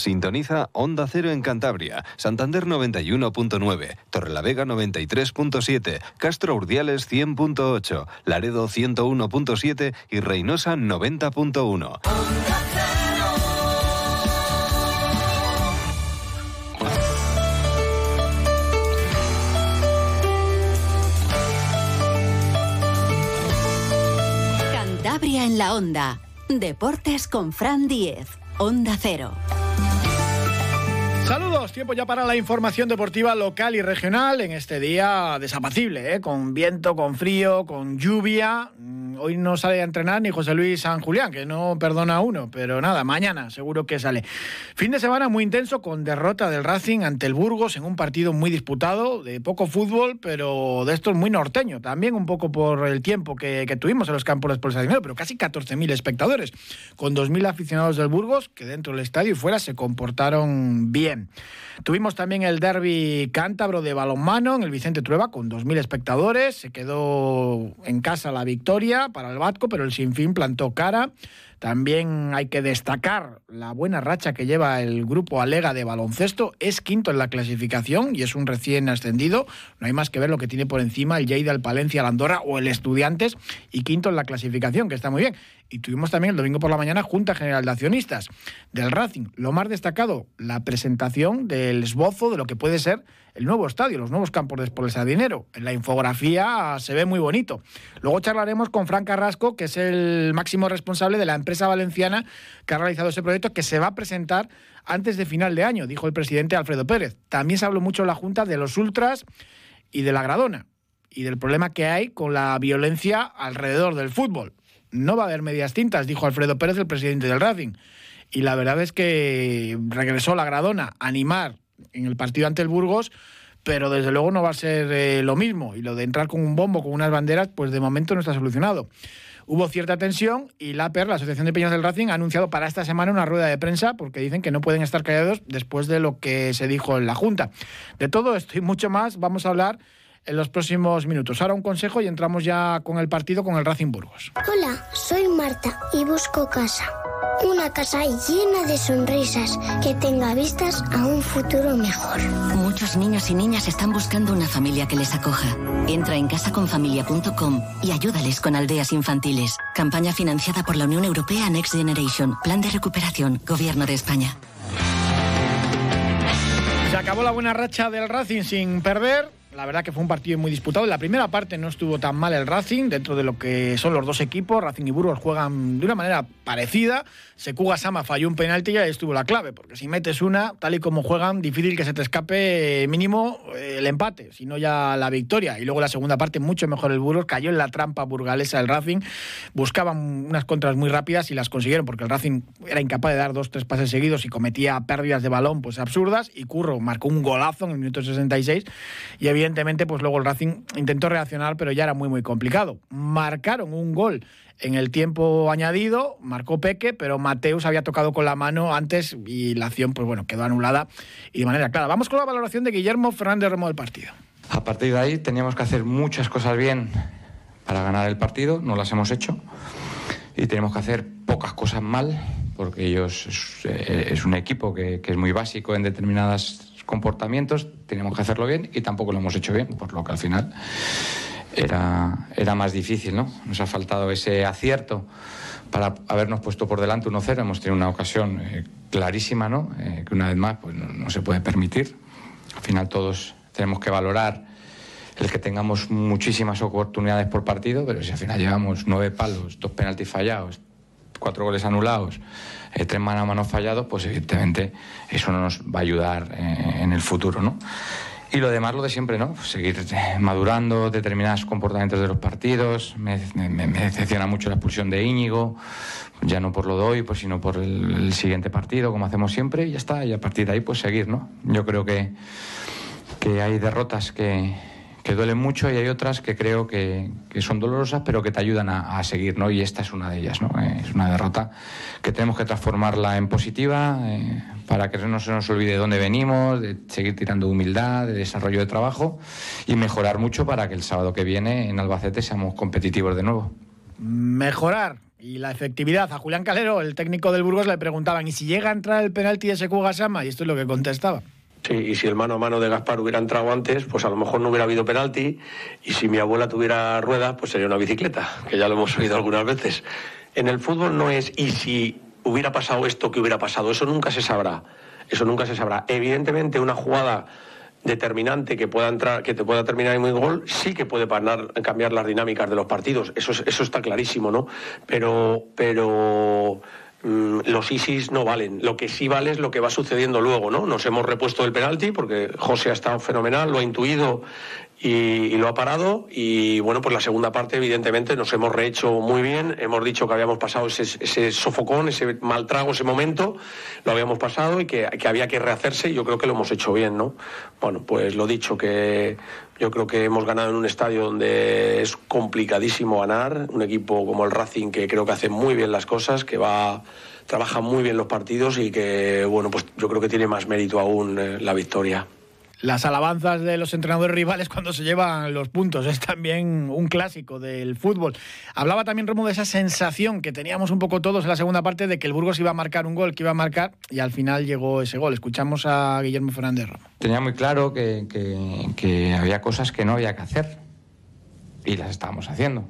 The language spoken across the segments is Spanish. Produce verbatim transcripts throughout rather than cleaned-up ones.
Sintoniza Onda Cero en Cantabria, Santander noventa y uno punto nueve, Torrelavega noventa y tres punto siete, Castro Urdiales cien punto ocho, Laredo ciento uno punto siete y Reynosa noventa punto uno. Cantabria en la Onda. Deportes con Fran Diez. Onda Cero. Saludos, tiempo ya para la información deportiva local y regional en este día desapacible, ¿eh? Con viento, con frío, con lluvia. Hoy no sale a entrenar ni José Luis San Julián, que no perdona a uno, pero nada, mañana seguro que sale. Fin de semana muy intenso con derrota del Racing ante el Burgos en un partido muy disputado, de poco fútbol, pero de estos muy norteño, también un poco por el tiempo que, que tuvimos en los campos de Expulsa Dinero, pero casi catorce mil espectadores, con dos mil aficionados del Burgos que dentro del estadio y fuera se comportaron bien. Tuvimos también el derbi cántabro de balonmano en el Vicente Trueba con dos mil espectadores, se quedó en casa la victoria para el Batco, pero el Sinfín plantó cara. También hay que destacar la buena racha que lleva el grupo Alega de baloncesto. Es quinto en la clasificación y es un recién ascendido. No hay más que ver lo que tiene por encima el Lleida, el Palencia, el Andorra o el Estudiantes, y quinto en la clasificación, que está muy bien. Y tuvimos también el domingo por la mañana Junta General de Accionistas del Racing. Lo más destacado, la presentación del esbozo de lo que puede ser el nuevo estadio, los nuevos campos de Expulsa Dinero. En la infografía se ve muy bonito. Luego charlaremos con Fran Carrasco, que es el máximo responsable de la empresa valenciana que ha realizado ese proyecto, que se va a presentar antes de final de año, dijo el presidente Alfredo Pérez. También se habló mucho en la Junta de los ultras y de la Gradona y del problema que hay con la violencia alrededor del fútbol. No va a haber medias tintas, dijo Alfredo Pérez, el presidente del Racing. Y la verdad es que regresó la Gradona a animar en el partido ante el Burgos, pero desde luego no va a ser eh, lo mismo. Y lo de entrar con un bombo, con unas banderas, pues de momento no está solucionado. Hubo cierta tensión y la A P E R, la Asociación de Peñas del Racing, ha anunciado para esta semana una rueda de prensa porque dicen que no pueden estar callados después de lo que se dijo en la Junta. De todo esto y mucho más vamos a hablar en los próximos minutos. Ahora un consejo y entramos ya con el partido con el Racing Burgos. Hola, soy Marta y busco casa. Una casa llena de sonrisas que tenga vistas a un futuro mejor. Muchos niños y niñas están buscando una familia que les acoja. Entra en casa con familia punto com y ayúdales con aldeas infantiles. Campaña financiada por la Unión Europea Next Generation. Plan de recuperación. Gobierno de España. Se acabó la buena racha del Racing sin perder. La verdad que fue un partido muy disputado. En la primera parte no estuvo tan mal el Racing, dentro de lo que son los dos equipos. Racing y Burgos juegan de una manera parecida. Sekuga Sama falló un penalti y ahí estuvo la clave, porque si metes una, tal y como juegan, difícil que se te escape mínimo el empate, sino ya la victoria. Y luego la segunda parte, mucho mejor el Burgos, cayó en la trampa burgalesa del Racing. Buscaban unas contras muy rápidas y las consiguieron, porque el Racing era incapaz de dar dos, tres pases seguidos y cometía pérdidas de balón pues absurdas. Y Curro marcó un golazo en el minuto sesenta y seis y evidentemente Evidentemente, pues luego el Racing intentó reaccionar, pero ya era muy, muy complicado. Marcaron un gol en el tiempo añadido, marcó Peque, pero Mateus había tocado con la mano antes y la acción, pues bueno, quedó anulada y de manera clara. Vamos con la valoración de Guillermo Fernández Romo del partido. A partir de ahí teníamos que hacer muchas cosas bien para ganar el partido, no las hemos hecho, y tenemos que hacer pocas cosas mal, porque ellos es, es un equipo que, que es muy básico en determinadas comportamientos, tenemos que hacerlo bien y tampoco lo hemos hecho bien, por lo que al final era, era más difícil, ¿no? Nos ha faltado ese acierto para habernos puesto por delante uno cero. Hemos tenido una ocasión eh, clarísima, ¿no? Eh, que una vez más pues no, no se puede permitir. Al final todos tenemos que valorar el que tengamos muchísimas oportunidades por partido, pero si al final llevamos nueve palos, dos penaltis fallados, cuatro goles anulados, eh, tres mano a mano fallados, pues evidentemente eso no nos va a ayudar eh, en el futuro, ¿no? Y lo demás, lo de siempre, ¿no? Seguir eh, madurando determinados comportamientos de los partidos. Me, me, me decepciona mucho la expulsión de Íñigo, ya no por lo de hoy, pues, sino por el, el siguiente partido, como hacemos siempre, y ya está. Y a partir de ahí, pues seguir, ¿no? Yo creo que, que hay derrotas que... que duelen mucho y hay otras que creo que, que son dolorosas pero que te ayudan a, a seguir, ¿no? Y esta es una de ellas, ¿no? Eh, es una derrota que tenemos que transformarla en positiva eh, para que no se nos olvide de dónde venimos, de seguir tirando de humildad, de desarrollo de trabajo y mejorar mucho para que el sábado que viene en Albacete seamos competitivos de nuevo. Mejorar y la efectividad. A Julián Calero, el técnico del Burgos, le preguntaban, ¿y si llega a entrar el penalti de Sekou Gassama? Y esto es lo que contestaba. Sí, y si el mano a mano de Gaspar hubiera entrado antes, pues a lo mejor no hubiera habido penalti, y si mi abuela tuviera ruedas, pues sería una bicicleta, que ya lo hemos oído algunas veces. En el fútbol no es, y si hubiera pasado esto, ¿qué hubiera pasado? Eso nunca se sabrá, eso nunca se sabrá. Evidentemente una jugada determinante que pueda entrar, que te pueda terminar en un gol, sí que puede parar, cambiar las dinámicas de los partidos, eso, es, eso está clarísimo, ¿no? Pero, pero mmm, los ISIS no valen, lo que sí vale es lo que va sucediendo luego, ¿no? Nos hemos repuesto del penalti porque José ha estado fenomenal, lo ha intuido y, y lo ha parado, y bueno, pues la segunda parte evidentemente nos hemos rehecho muy bien, hemos dicho que habíamos pasado ese, ese sofocón, ese mal trago, ese momento, lo habíamos pasado y que, que había que rehacerse, y yo creo que lo hemos hecho bien, ¿no? Bueno, pues lo dicho, que yo creo que hemos ganado en un estadio donde es complicadísimo ganar, un equipo como el Racing que creo que hace muy bien las cosas, que va, trabaja muy bien los partidos y que, bueno, pues yo creo que tiene más mérito aún eh, la victoria. Las alabanzas de los entrenadores rivales cuando se llevan los puntos es también un clásico del fútbol. Hablaba también Romo de esa sensación que teníamos un poco todos en la segunda parte de que el Burgos iba a marcar un gol, que iba a marcar, y al final llegó ese gol. Escuchamos a Guillermo Fernández Romo. Tenía muy claro que, que, que había cosas que no había que hacer y las estábamos haciendo.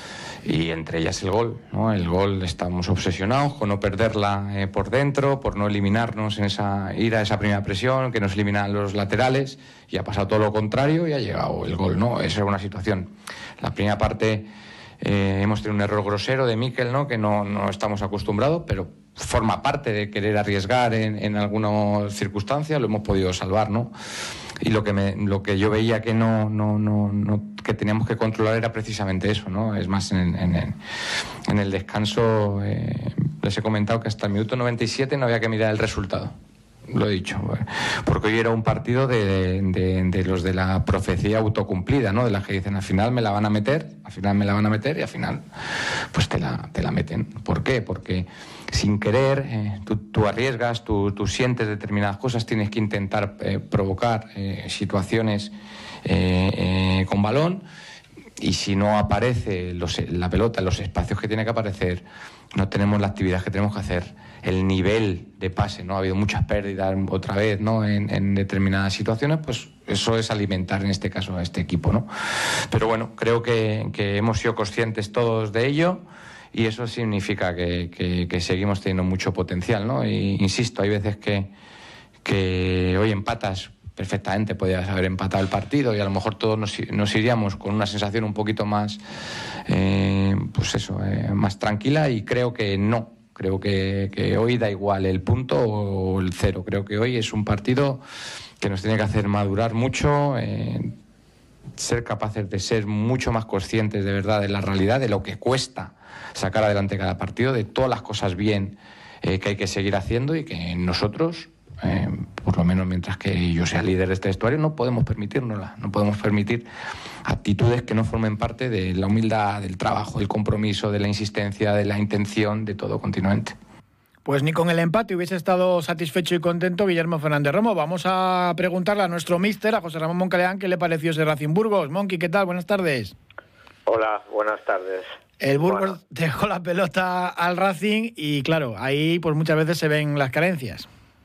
Y entre ellas el gol, ¿no? El gol, estamos obsesionados con no perderla eh, por dentro, por no eliminarnos en esa ir a esa primera presión, que nos eliminan los laterales, y ha pasado todo lo contrario y ha llegado el gol, ¿no? Esa era una situación. La primera parte eh, hemos tenido un error grosero de Mikel, ¿no? Que no, no estamos acostumbrados, pero forma parte de querer arriesgar en, en algunas circunstancias, lo hemos podido salvar, ¿no? Y lo que me, lo que yo veía que no, no, no, no que teníamos que controlar era precisamente eso, ¿no? Es más, en, en, en el descanso eh, les he comentado que hasta el minuto noventa y siete no había que mirar el resultado. Lo he dicho, porque hoy era un partido de, de, de los de la profecía autocumplida, ¿no? De las que dicen, al final me la van a meter, al final me la van a meter y al final pues te la, te la meten. ¿Por qué? Porque sin querer eh, tú, tú arriesgas, tú, tú sientes determinadas cosas, tienes que intentar eh, provocar eh, situaciones eh, eh, con balón, y si no aparece los, la pelota en los espacios que tiene que aparecer, no tenemos la actividad que tenemos que hacer, el nivel de pase, ¿no? Ha habido muchas pérdidas otra vez, ¿no? En, en determinadas situaciones, pues eso es alimentar en este caso a este equipo, ¿no? Pero bueno, creo que, que hemos sido conscientes todos de ello, y eso significa que, que, que seguimos teniendo mucho potencial, ¿no? Y insisto, hay veces que, que hoy empatas, perfectamente podías haber empatado el partido y a lo mejor todos nos, nos iríamos con una sensación un poquito más, eh, pues eso, eh, más tranquila, y creo que no. Creo que, que hoy da igual el punto o el cero. Creo que hoy es un partido que nos tiene que hacer madurar mucho, eh, ser capaces de ser mucho más conscientes de verdad de la realidad, de lo que cuesta sacar adelante cada partido, de todas las cosas bien eh, que hay que seguir haciendo, y que nosotros, eh, por lo menos mientras que yo sea líder de este vestuario, no podemos permitírnosla, no podemos permitir actitudes que no formen parte de la humildad, del trabajo, del compromiso, de la insistencia, de la intención, de todo continuamente. Pues ni con el empate hubiese estado satisfecho y contento Guillermo Fernández Romo. Vamos a preguntarle a nuestro míster, a José Ramón Moncaleán, qué le pareció ese Racing Burgos. Monqui, ¿qué tal? Buenas tardes. Hola, buenas tardes. El Burgos bueno. dejó la pelota al Racing y, claro, ahí pues muchas veces se ven las carencias.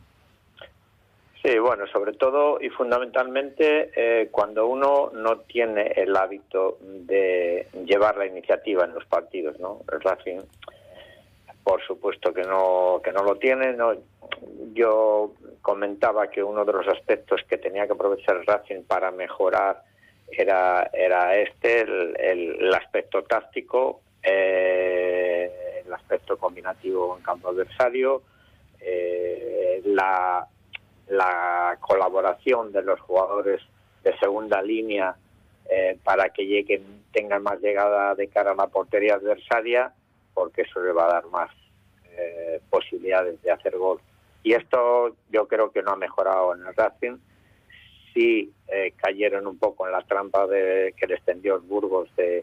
Sí, bueno, sobre todo y fundamentalmente eh, cuando uno no tiene el hábito de llevar la iniciativa en los partidos, ¿no? El Racing, por supuesto que no que no lo tiene, ¿no? Yo comentaba que uno de los aspectos que tenía que aprovechar el Racing para mejorar era era este, el, el, el aspecto táctico, eh, el aspecto combinativo en campo adversario, eh, la la colaboración de los jugadores de segunda línea eh, para que lleguen, tengan más llegada de cara a la portería adversaria, porque eso le va a dar más eh, posibilidades de hacer gol. Y esto yo creo que no ha mejorado en el Racing. Sí eh, cayeron un poco en la trampa de que les tendió el Burgos de,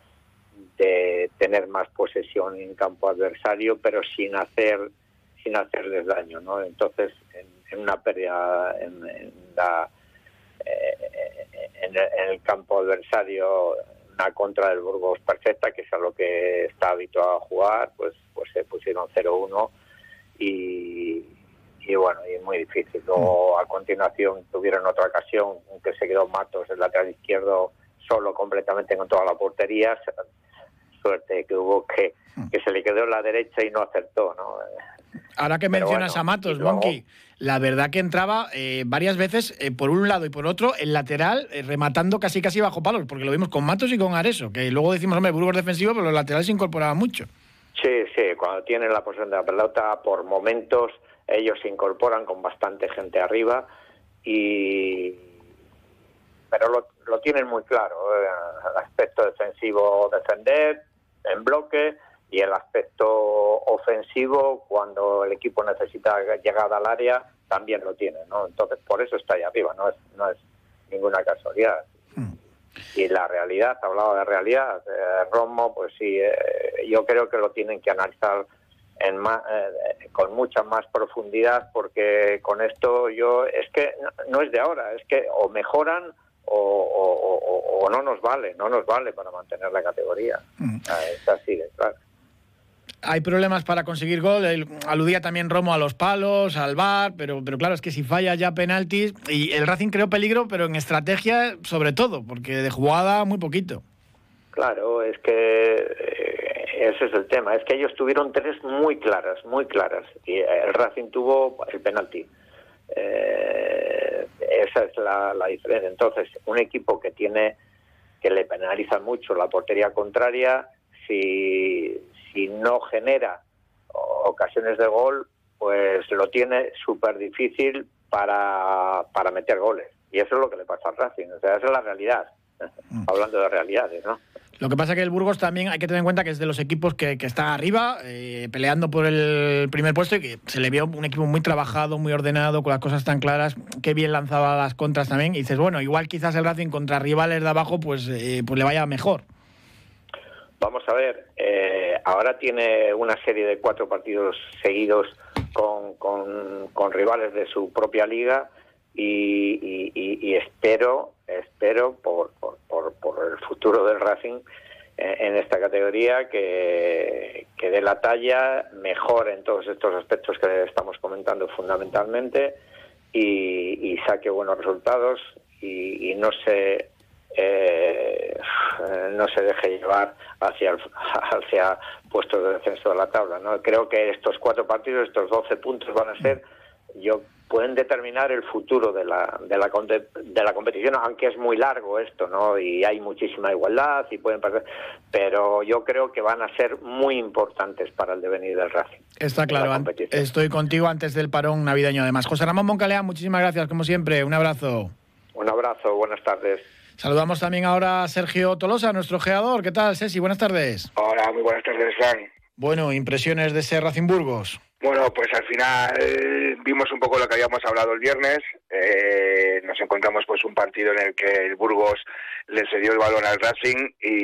de tener más posesión en campo adversario, pero sin hacer sin hacerles daño, ¿no? Entonces, en, en una pérdida en, en, la, eh, en, el, en el campo adversario, una contra del Burgos perfecta, que es a lo que está habituado a jugar, pues pues se pusieron cero uno y, y bueno, y es muy difícil. Luego a continuación tuvieron otra ocasión en que se quedó Matos, el lateral izquierdo, solo completamente con toda la portería. Suerte que hubo que, que se le quedó en la derecha y no acertó, ¿no? Ahora que Pero mencionas bueno, a Matos, luego... Bonqui, la verdad que entraba eh, varias veces eh, por un lado y por otro el lateral eh, rematando casi casi bajo palos, porque lo vimos con Matos y con Areso, que luego decimos, hombre, Burgos defensivo, pero los laterales se incorporaban mucho. Sí, sí, cuando tienen la posesión de la pelota, por momentos ellos se incorporan con bastante gente arriba, y pero lo, lo tienen muy claro, eh, el aspecto defensivo, defender en bloque, y el aspecto ofensivo, cuando el equipo necesita llegada al área, también lo tiene, ¿no? Entonces, por eso está ahí arriba, no es, no es ninguna casualidad. Mm. Y la realidad, hablaba de realidad, eh, Romo, pues sí, eh, yo creo que lo tienen que analizar en más, eh, con mucha más profundidad, porque con esto yo, es que no, no es de ahora, es que o mejoran o, o, o, o no nos vale, no nos vale para mantener la categoría. Mm. Es así de claro. Hay problemas para conseguir gol, el, aludía también Romo a los palos, al V A R, pero, pero claro, es que si falla ya penaltis, y el Racing creó peligro, pero en estrategia sobre todo, porque de jugada muy poquito. Claro, es que eh, ese es el tema, es que ellos tuvieron tres muy claras, muy claras, y el Racing tuvo el penalti. Eh, esa es la, la diferencia. Entonces, un equipo que tiene, que le penaliza mucho la portería contraria, si... si no genera ocasiones de gol, pues lo tiene súper difícil para, para meter goles. Y eso es lo que le pasa al Racing. O sea, esa es la realidad. Mm. Hablando de realidades, ¿no? Lo que pasa es que el Burgos también hay que tener en cuenta que es de los equipos que, que está arriba, eh, peleando por el primer puesto, y que se le vio un equipo muy trabajado, muy ordenado, con las cosas tan claras, que bien lanzaba las contras también. Y dices, bueno, igual quizás el Racing contra rivales de abajo, pues, eh, pues le vaya mejor. Vamos a ver, eh, ahora tiene una serie de cuatro partidos seguidos con, con, con rivales de su propia liga, y, y, y, y espero, espero por, por, por, por el futuro del Racing eh, en esta categoría, que, que dé la talla, mejor en todos estos aspectos que estamos comentando fundamentalmente, y, y saque buenos resultados, y, y no se... Eh, no se deje llevar hacia, el, hacia puestos de descenso de la tabla, ¿no? Creo que estos cuatro partidos, estos doce puntos van a ser, yo pueden determinar el futuro de la de la de la competición, aunque es muy largo esto, ¿no? Y hay muchísima igualdad y pueden pasar, pero yo creo que van a ser muy importantes para el devenir del Racing. Está claro, estoy contigo antes del parón navideño además. José Ramón Moncalea, muchísimas gracias como siempre, un abrazo. Un abrazo, buenas tardes. Saludamos también ahora a Sergio Tolosa, nuestro geador. ¿Qué tal, Ceci? Buenas tardes. Hola, muy buenas tardes, Fran. Bueno, impresiones de ese Racing Burgos. Bueno, pues al final eh, vimos un poco lo que habíamos hablado el viernes. Eh, nos encontramos pues un partido en el que el Burgos le cedió el balón al Racing,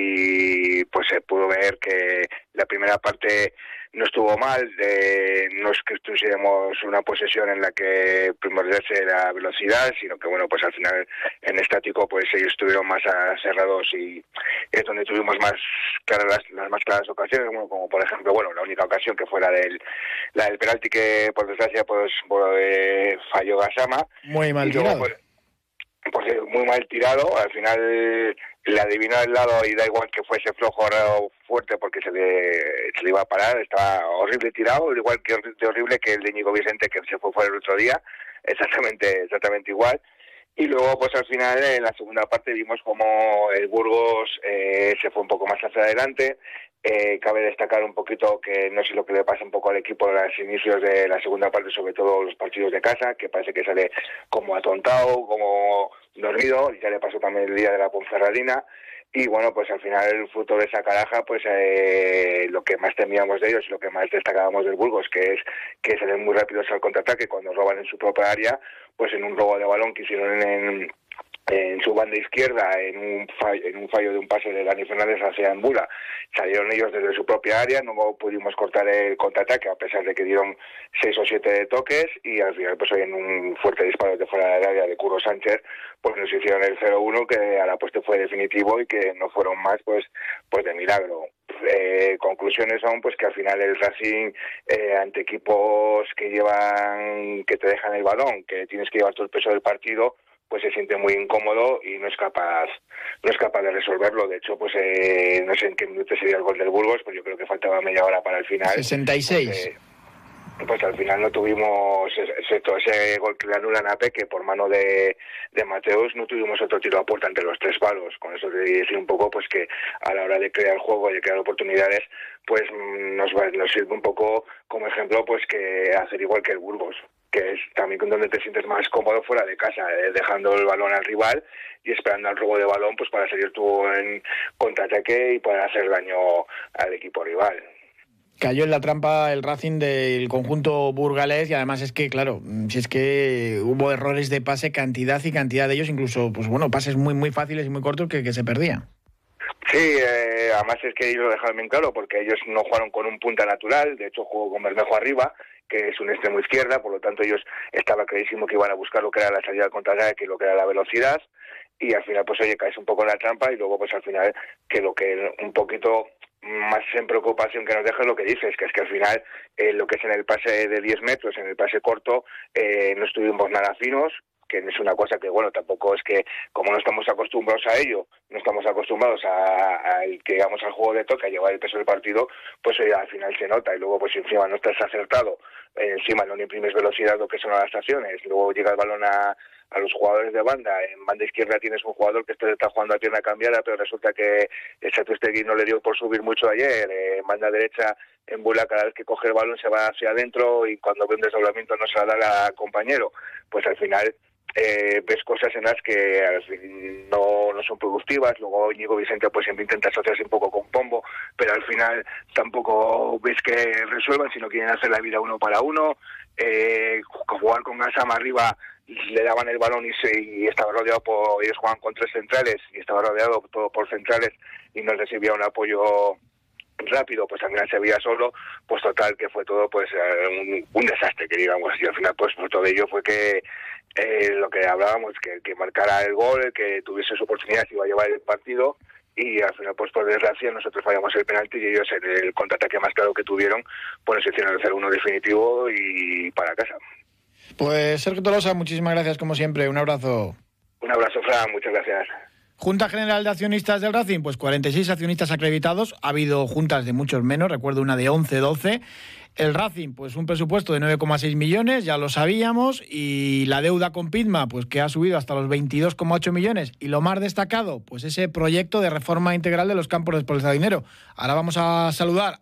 y pues se pudo ver que la primera parte no estuvo mal. Eh, no es que tuviéramos una posesión en la que primordiase la velocidad, sino que bueno, pues al final en estático pues ellos estuvieron más cerrados, y es donde tuvimos más claras las, las más claras ocasiones, bueno, como por ejemplo, bueno, la única ocasión que fue la del la del penalti, que por desgracia pues bueno, eh, falló Gassama. Muy mal tirado. Pues, pues muy mal tirado, al final le adivinó el lado, y da igual que fuese flojo o fuerte, porque se le, se le iba a parar. Estaba horrible tirado, igual que de horrible que el de Íñigo Vicente, que se fue fuera el otro día, exactamente exactamente igual. Y luego pues al final en la segunda parte vimos como el Burgos eh, se fue un poco más hacia adelante. Eh, cabe destacar un poquito que no sé lo que le pasa un poco al equipo en los inicios de la segunda parte, sobre todo los partidos de casa, que parece que sale como atontado, como dormido, y ya le pasó también el día de la Ponferradina. Y bueno, pues al final el fruto de esa caraja, pues eh, lo que más temíamos de ellos y lo que más destacábamos del Burgos, que es que salen muy rápidos al contraataque cuando roban en su propia área, pues en un robo de balón que hicieron en en su banda izquierda, en un fallo, en un fallo de un pase de Dani Fernández hacia Embula, salieron ellos desde su propia área, no pudimos cortar el contraataque a pesar de que dieron seis o siete toques, y al final pues en un fuerte disparo de fuera del área de Curro Sánchez pues nos hicieron el cero uno, que a la postre fue definitivo y que no fueron más pues pues de milagro. Eh, conclusiones son pues que al final el Racing eh, ante equipos que llevan que te dejan el balón, que tienes que llevar todo el peso del partido, pues se siente muy incómodo y no es capaz no es capaz de resolverlo. De hecho, pues eh, no sé en qué minuto sería el gol del Burgos, pues yo creo que faltaba media hora para el final. sesenta y seis. Pues, eh, pues al final no tuvimos, excepto ese gol que le anulan a Peque por mano de, de Mateus, no tuvimos otro tiro a puerta entre los tres palos. Con eso te decir un poco pues que a la hora de crear juego y de crear oportunidades, pues nos, nos sirve un poco como ejemplo pues que hacer igual que el Burgos, que es también donde te sientes más cómodo fuera de casa, eh, dejando el balón al rival y esperando al robo de balón pues para salir tú en contraataque y poder hacer daño al equipo rival. Cayó en la trampa el Racing del conjunto burgalés, y además es que, claro, si es que hubo errores de pase, cantidad y cantidad de ellos, incluso, pues bueno, pases muy muy fáciles y muy cortos que, que se perdían. Sí, eh, además es que ellos lo dejaron bien claro, porque ellos no jugaron con un punta natural, de hecho jugó con Bermejo arriba, que es un extremo izquierda, por lo tanto ellos estaba clarísimo que iban a buscar lo que era la salida al contraataque y lo que era la velocidad, y al final pues oye, caes un poco en la trampa, y luego pues al final que lo que un poquito más en preocupación que nos deja es lo que dices, que es que al final eh, lo que es en el pase de diez metros, en el pase corto, eh, no estuvimos nada finos, que es una cosa que, bueno, tampoco es que, como no estamos acostumbrados a ello, no estamos acostumbrados a, a el que llegamos al juego de toque, a llevar el peso del partido, pues oye, al final se nota, y luego pues encima no estás acertado, eh, encima no le imprimes velocidad lo que son las estaciones, luego llega el balón a, a los jugadores de banda, en banda izquierda tienes un jugador que está jugando a pierna cambiada, pero resulta que el Satustegui no le dio por subir mucho ayer, eh, en banda derecha Embula cada vez que coge el balón se va hacia adentro y cuando ve un desdoblamiento no se la da al compañero, pues al final Eh, ves cosas en las que no, no son productivas. Luego Íñigo Vicente pues siempre intenta asociarse un poco con Pombo, pero al final tampoco ves que resuelvan, sino quieren hacer la vida uno para uno. Eh, jugar con Gassama arriba, le daban el balón y, se, y estaba rodeado por, ellos jugaban con tres centrales y estaba rodeado todo por centrales y no recibía un apoyo rápido, pues también se veía solo, pues total que fue todo pues un, un desastre, que digamos, y al final pues por todo ello fue que eh, lo que hablábamos, que el que marcara el gol, el que tuviese su oportunidad iba a llevar el partido, y al final pues por desgracia nosotros fallamos el penalti y ellos en el contraataque más claro que tuvieron pues nos hicieron el cero uno definitivo y para casa. Pues Sergio Tolosa, muchísimas gracias como siempre, un abrazo. Un abrazo, Fran, muchas gracias. Junta General de Accionistas del Racing, pues cuarenta y seis accionistas acreditados, ha habido juntas de muchos menos, recuerdo una de once, doce. El Racing, pues un presupuesto de nueve coma seis millones, ya lo sabíamos, y la deuda con Pitma, pues que ha subido hasta los veintidós coma ocho millones, y lo más destacado, pues ese proyecto de reforma integral de los campos de Espolsa Dinero. Ahora vamos a saludar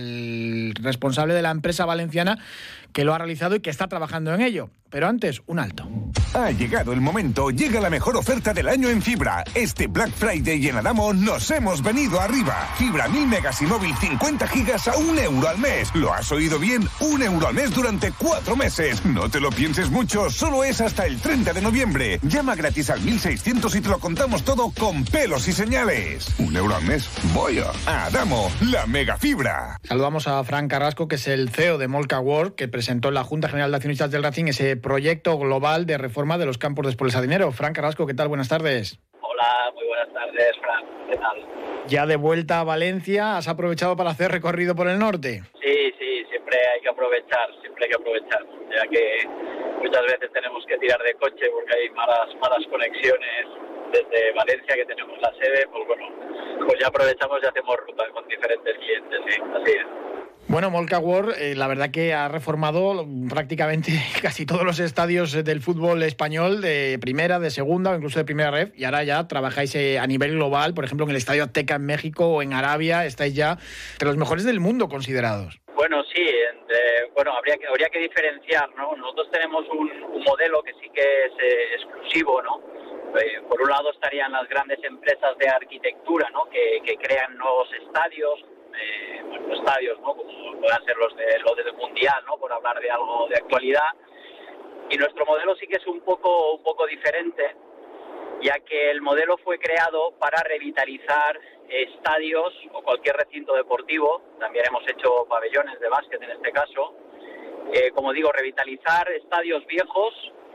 al responsable de la empresa valenciana que lo ha realizado y que está trabajando en ello. Pero antes, un alto. Ha llegado el momento, llega la mejor oferta del año en fibra. Este Black Friday en Adamo nos hemos venido arriba. Fibra mil megas y móvil cincuenta gigas a un euro al mes. ¿Lo has oído bien? Un euro al mes durante cuatro meses. No te lo pienses mucho, solo es hasta el treinta de noviembre. Llama gratis al mil seiscientos y te lo contamos todo con pelos y señales. Un euro al mes. Voy a Adamo, la mega fibra. Saludamos a Fran Carrasco, que es el C E O de Molca World, que presentó en la Junta General de Accionistas del Racing ese proyecto global de reforma de los campos de Espolsa Dinero. Fran Carrasco, ¿qué tal? Buenas tardes. Hola, muy buenas tardes, Fran. ¿Qué tal? Ya de vuelta a Valencia, ¿has aprovechado para hacer recorrido por el norte? Sí, sí, siempre hay que aprovechar, siempre hay que aprovechar, ya que muchas veces tenemos que tirar de coche porque hay malas, malas conexiones desde Valencia, que tenemos la sede, pues bueno, pues ya aprovechamos y hacemos ruta con diferentes clientes, sí, así es. Bueno, Molca World, eh, la verdad que ha reformado prácticamente casi todos los estadios del fútbol español, de primera, de segunda o incluso de primera ref, y ahora ya trabajáis eh, a nivel global, por ejemplo en el Estadio Azteca en México o en Arabia, estáis ya entre los mejores del mundo considerados. Bueno, sí, entre, bueno, habría que, habría que diferenciar, ¿no? Nosotros tenemos un, un modelo que sí que es eh, exclusivo, ¿no? Eh, por un lado estarían las grandes empresas de arquitectura, ¿no? Que, que crean nuevos estadios, Eh, bueno, estadios, ¿no? Como puedan ser los de los del Mundial, ¿no? Por hablar de algo de actualidad. Y nuestro modelo sí que es un poco un poco diferente, ya que el modelo fue creado para revitalizar estadios o cualquier recinto deportivo. También hemos hecho pabellones de básquet en este caso. Eh, como digo, revitalizar estadios viejos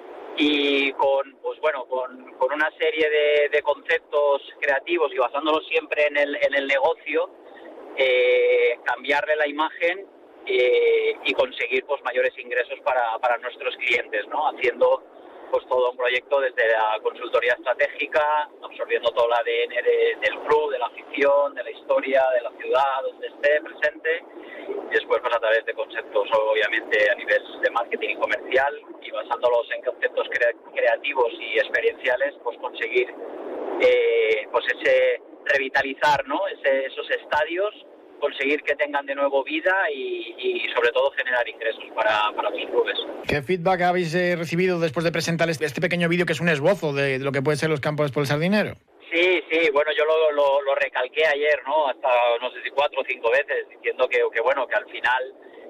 y con, pues bueno, con, con una serie de, de conceptos creativos y basándolos siempre en el, en el negocio, eh, cambiarle la imagen eh, y conseguir pues mayores ingresos para, para nuestros clientes, ¿no? Haciendo pues todo un proyecto desde la consultoría estratégica, absorbiendo todo el A D N de, del club, de la afición, de la historia, de la ciudad donde esté presente, y después pues a través de conceptos obviamente a nivel de marketing y comercial, y basándolos en conceptos cre- creativos y experienciales, pues conseguir eh, pues ese revitalizar, ¿no? Ese, esos estadios, conseguir que tengan de nuevo vida y, y sobre todo generar ingresos para, para los clubes. ¿Qué feedback habéis eh, recibido después de presentar este, este pequeño vídeo que es un esbozo de, de lo que pueden ser los campos por el Sardinero? Sí, sí, bueno, yo lo, lo, lo recalqué ayer, ¿no? Hasta no sé si cuatro o cinco veces, diciendo que, que bueno, que al final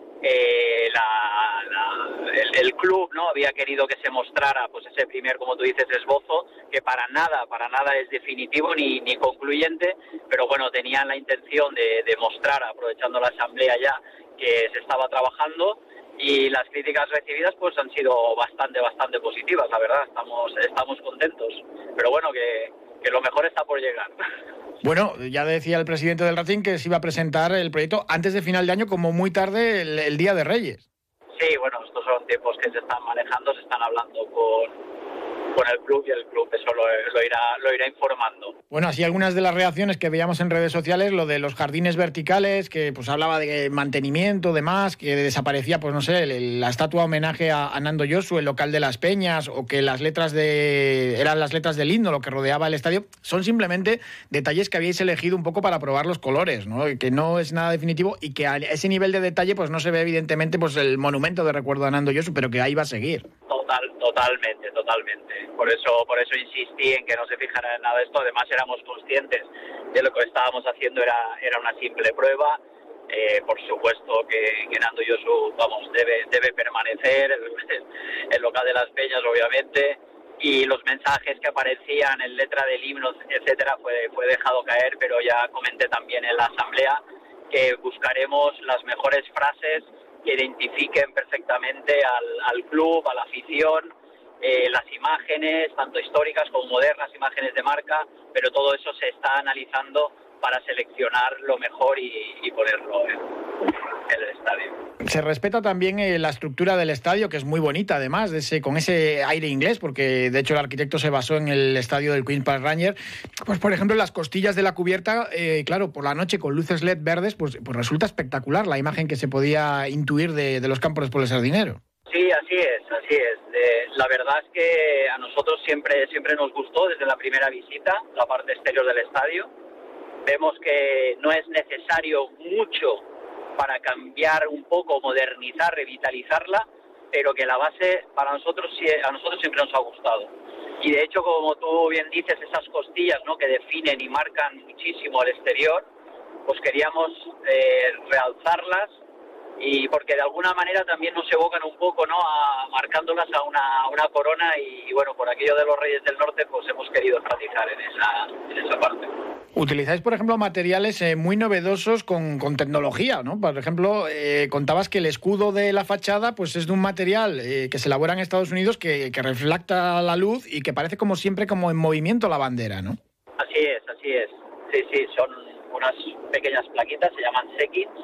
eh, la, la, el, el club, ¿no? Había querido que se mostrara, pues ese primer, como tú dices, esbozo, que para nada, para nada es definitivo ni, ni concluyente, pero bueno, tenían la intención de, de mostrar, aprovechando la asamblea ya, que se estaba trabajando. Y las críticas recibidas pues han sido bastante, bastante positivas, la verdad, estamos, estamos contentos. Pero bueno, que, que lo mejor está por llegar. Bueno, ya decía el presidente del Racing que se iba a presentar el proyecto antes de final de año, como muy tarde el, el Día de Reyes. Sí, bueno, estos son tiempos que se están manejando, se están hablando con, con el club y el club eso lo, lo, irá, lo irá informando. Bueno, así algunas de las reacciones que veíamos en redes sociales, lo de los jardines verticales, que pues hablaba de mantenimiento, demás, que desaparecía, pues no sé, la estatua homenaje a, a Nando Yosu, el local de Las Peñas, o que las letras de eran las letras del himno, lo que rodeaba el estadio, son simplemente detalles que habíais elegido un poco para probar los colores, ¿no? Que no es nada definitivo y que a ese nivel de detalle pues no se ve evidentemente pues el monumento de recuerdo a Nando Yosu, pero que ahí va a seguir. Total, totalmente, totalmente. Por eso, por eso insistí en que no se fijara en nada de esto. Además éramos conscientes de lo que estábamos haciendo era, era una simple prueba. Eh, por supuesto que, que Nando Yosu, vamos, debe, debe permanecer, el, el local de Las Peñas, obviamente, y los mensajes que aparecían en letra del himno, etcétera, fue, fue dejado caer, pero ya comenté también en la asamblea que buscaremos las mejores frases que identifiquen perfectamente al, al club, a la afición, eh, las imágenes, tanto históricas como modernas, imágenes de marca, pero todo eso se está analizando para seleccionar lo mejor y, y ponerlo en, en el estadio. Se respeta también eh, la estructura del estadio, que es muy bonita además, de ese, con ese aire inglés, porque de hecho el arquitecto se basó en el estadio del Queen's Park Rangers. Pues por ejemplo, las costillas de la cubierta, eh, claro, por la noche con luces L E D verdes, pues, pues resulta espectacular la imagen que se podía intuir de, de los campos por el Sardinero. Sí, así es, así es. Eh, la verdad es que a nosotros siempre, siempre nos gustó desde la primera visita la parte exterior del estadio. Vemos que no es necesario mucho para cambiar un poco, modernizar, revitalizarla, pero que la base para nosotros a nosotros siempre nos ha gustado. Y de hecho, como tú bien dices, esas costillas, ¿no?, que definen y marcan muchísimo el exterior, pues queríamos eh, realzarlas, y porque de alguna manera también nos evocan un poco, ¿no?, a, marcándolas a una, a una corona, y, y bueno, por aquello de los Reyes del Norte, pues hemos querido enfatizar en esa, en esa parte. Utilizáis, por ejemplo, materiales eh, muy novedosos con, con tecnología, ¿no? Por ejemplo, eh, contabas que el escudo de la fachada pues es de un material eh, que se elabora en Estados Unidos que, que reflecta la luz y que parece como siempre como en movimiento la bandera, ¿no? Así es, así es. Sí, sí, son unas pequeñas plaquitas, se llaman sequins,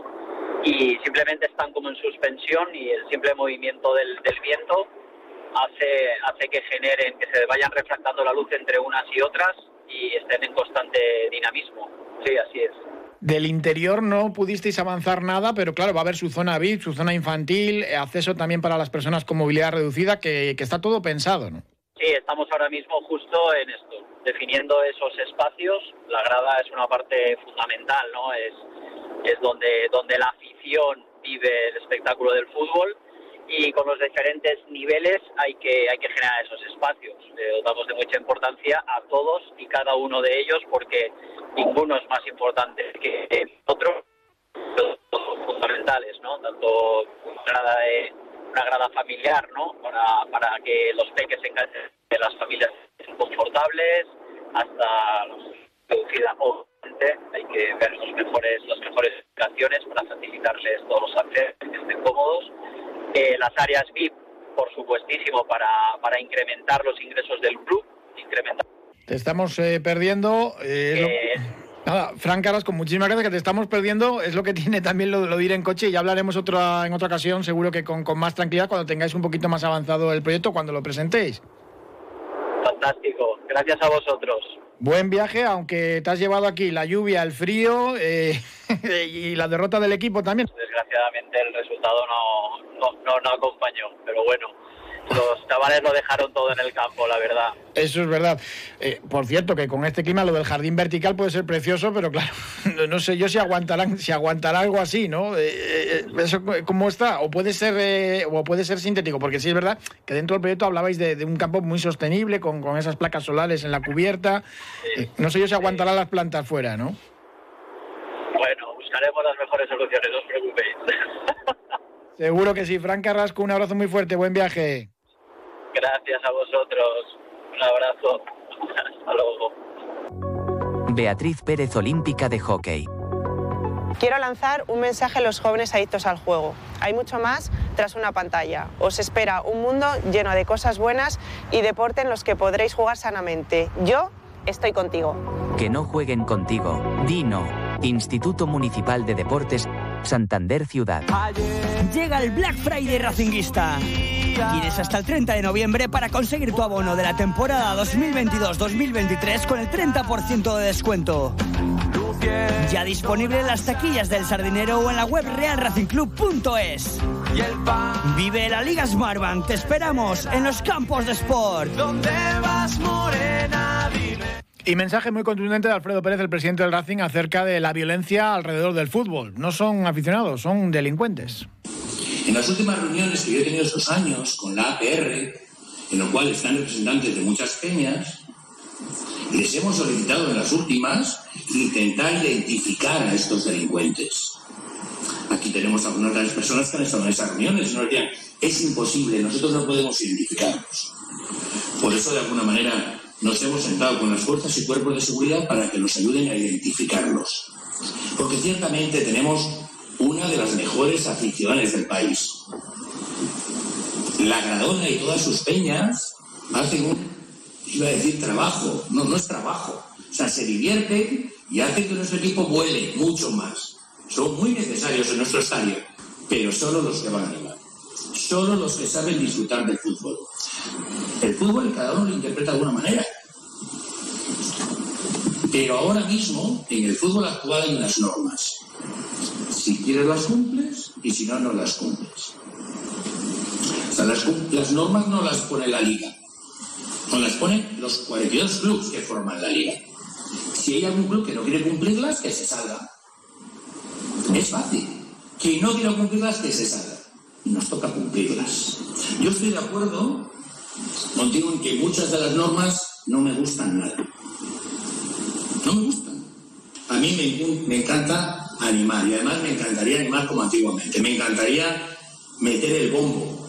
y simplemente están como en suspensión, y el simple movimiento del, del viento hace, hace que generen, que se vayan refractando la luz entre unas y otras y estén en constante dinamismo. Sí, así es. Del interior no pudisteis avanzar nada, pero claro, va a haber su zona V I P, su zona infantil, acceso también para las personas con movilidad reducida, que, que está todo pensado, ¿no? Sí, estamos ahora mismo justo en esto, definiendo esos espacios. La grada es una parte fundamental, ¿no? Es, es donde, donde la afición vive el espectáculo del fútbol, y con los diferentes niveles hay que hay que generar esos espacios. Le damos de mucha importancia a todos y cada uno de ellos, porque ninguno es más importante que el otro. Todos son fundamentales, ¿no? Tanto una grada, de, una grada familiar, ¿no?, para, para que los peques se encarguen de las familias confortables, áreas V I P, por supuestísimo, para, para incrementar los ingresos del club, incrementar. Te estamos eh, perdiendo. Eh, Eh, lo... Nada, Fran Carrasco, muchísimas gracias, que te estamos perdiendo. Es lo que tiene también lo, lo de ir en coche, y ya hablaremos otra, en otra ocasión, seguro que con, con más tranquilidad, cuando tengáis un poquito más avanzado el proyecto, cuando lo presentéis. Fantástico, gracias a vosotros. Buen viaje, aunque te has llevado aquí la lluvia, el frío eh, y la derrota del equipo también. Desgraciadamente el resultado no, no, no, no acompañó, pero bueno, los chavales lo dejaron todo en el campo, la verdad. Eso es verdad. Eh, por cierto, que con este clima lo del jardín vertical puede ser precioso, pero claro, no, no sé yo si aguantarán, si aguantará algo así, ¿no? Eh, eh, eso cómo está, o puede ser eh, o puede ser sintético, porque sí es verdad que dentro del proyecto hablabais de, de un campo muy sostenible, con, con esas placas solares en la cubierta. Eh, no sé yo si aguantará las plantas fuera, ¿no? Bueno, buscaremos las mejores soluciones, no os preocupéis. Seguro que sí. Fran Carrasco, un abrazo muy fuerte, buen viaje. Gracias a vosotros. Un abrazo. Hasta luego. Beatriz Pérez, olímpica de hockey. Quiero lanzar un mensaje a los jóvenes adictos al juego. Hay mucho más tras una pantalla. Os espera un mundo lleno de cosas buenas y deporte en los que podréis jugar sanamente. Yo estoy contigo. Que no jueguen contigo. Dino. Instituto Municipal de Deportes, Santander Ciudad. Llega el Black Friday racinguista. Tienes hasta el treinta de noviembre para conseguir tu abono de la temporada dos mil veintidós dos mil veintitrés con el treinta por ciento de descuento. Ya disponible en las taquillas del Sardinero o en la web real racing club punto es. Vive la Liga Smartbank. Te esperamos en los campos de sport. ¿Dónde vas, morena? Dime. Y mensaje muy contundente de Alfredo Pérez, el presidente del Racing, acerca de la violencia alrededor del fútbol. No son aficionados, son delincuentes. En las últimas reuniones que yo he tenido estos años con la A P R, en lo cual están representantes de muchas peñas, les hemos solicitado en las últimas intentar identificar a estos delincuentes. Aquí tenemos algunas de las personas que han estado en esas reuniones y nos decían, es imposible, nosotros no podemos identificarlos. Por eso, de alguna manera, nos hemos sentado con las fuerzas y cuerpos de seguridad para que nos ayuden a identificarlos. Porque ciertamente tenemos una de las mejores aficiones del país. La Gradona y todas sus peñas hacen un, iba a decir trabajo, no, no es trabajo. O sea, se divierten y hacen que nuestro equipo vuele mucho más. Son muy necesarios en nuestro estadio, pero solo los que van a animar. Solo los que saben disfrutar del fútbol. El fútbol cada uno lo interpreta de una manera. Pero ahora mismo, en el fútbol actual hay unas normas. Si quieres las cumples y si no, no las cumples. O sea, las, las normas no las pone la liga. No las ponen los cuarenta y dos clubes que forman la liga. Si hay algún club que no quiere cumplirlas, que se salga. Es fácil. Quien no quiera cumplirlas, que se salga. Y nos toca cumplirlas. Yo estoy de acuerdo contigo en que muchas de las normas no me gustan nada. No me gustan. A mí me, me encanta animar, y además me encantaría animar como antiguamente. Me encantaría meter el bombo.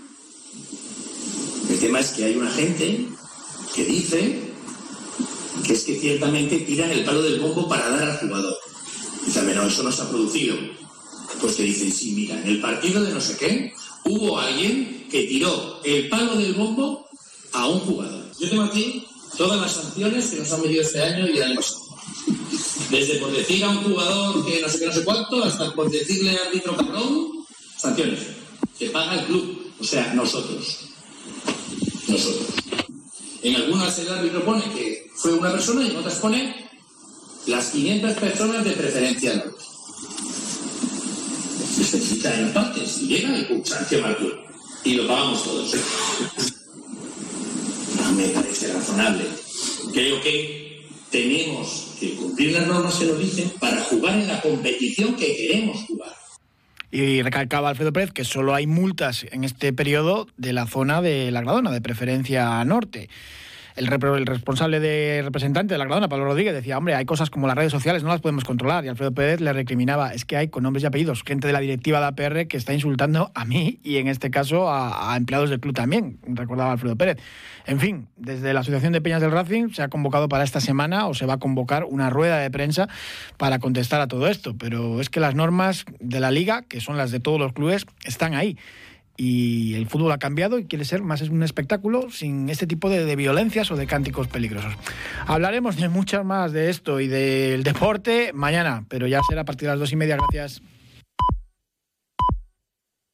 El tema es que hay una gente que dice que es que ciertamente tiran el palo del bombo para dar al jugador. Dicen, no, eso no se ha producido. Pues te dicen, sí, mira, en el partido de no sé qué, hubo alguien que tiró el palo del bombo a un jugador. Yo tengo aquí todas las sanciones que nos han metido este año y el año pasado. Desde por decir a un jugador que no sé qué, no sé cuánto, hasta por decirle al árbitro cabrón, sanciones. Que paga el club, o sea, nosotros. Nosotros. En algunas el árbitro pone que fue una persona y en otras pone las quinientas personas de preferencia norte. Se especifica en las partes y llega y pum, sanciona al club. Y lo pagamos todos. No me parece razonable. Creo que tenemos que cumplir las normas que nos dicen para jugar en la competición que queremos jugar. Y recalcaba Alfredo Pérez que solo hay multas en este periodo de la zona de la Gradona, de preferencia norte. El, repro, el responsable de representante de la Gradona, Pablo Rodríguez, decía, hombre, hay cosas como las redes sociales, no las podemos controlar. Y Alfredo Pérez le recriminaba, es que hay con nombres y apellidos, gente de la directiva de A P R que está insultando a mí y en este caso a, a empleados del club también, recordaba Alfredo Pérez. En fin, desde la Asociación de Peñas del Racing se ha convocado para esta semana o se va a convocar una rueda de prensa para contestar a todo esto. Pero es que las normas de la Liga, que son las de todos los clubes, están ahí. y el fútbol ha cambiado y quiere ser más un espectáculo sin este tipo de, de violencias o de cánticos peligrosos. Hablaremos de mucho más de esto y del deporte mañana, pero ya será a partir de las dos y media. Gracias.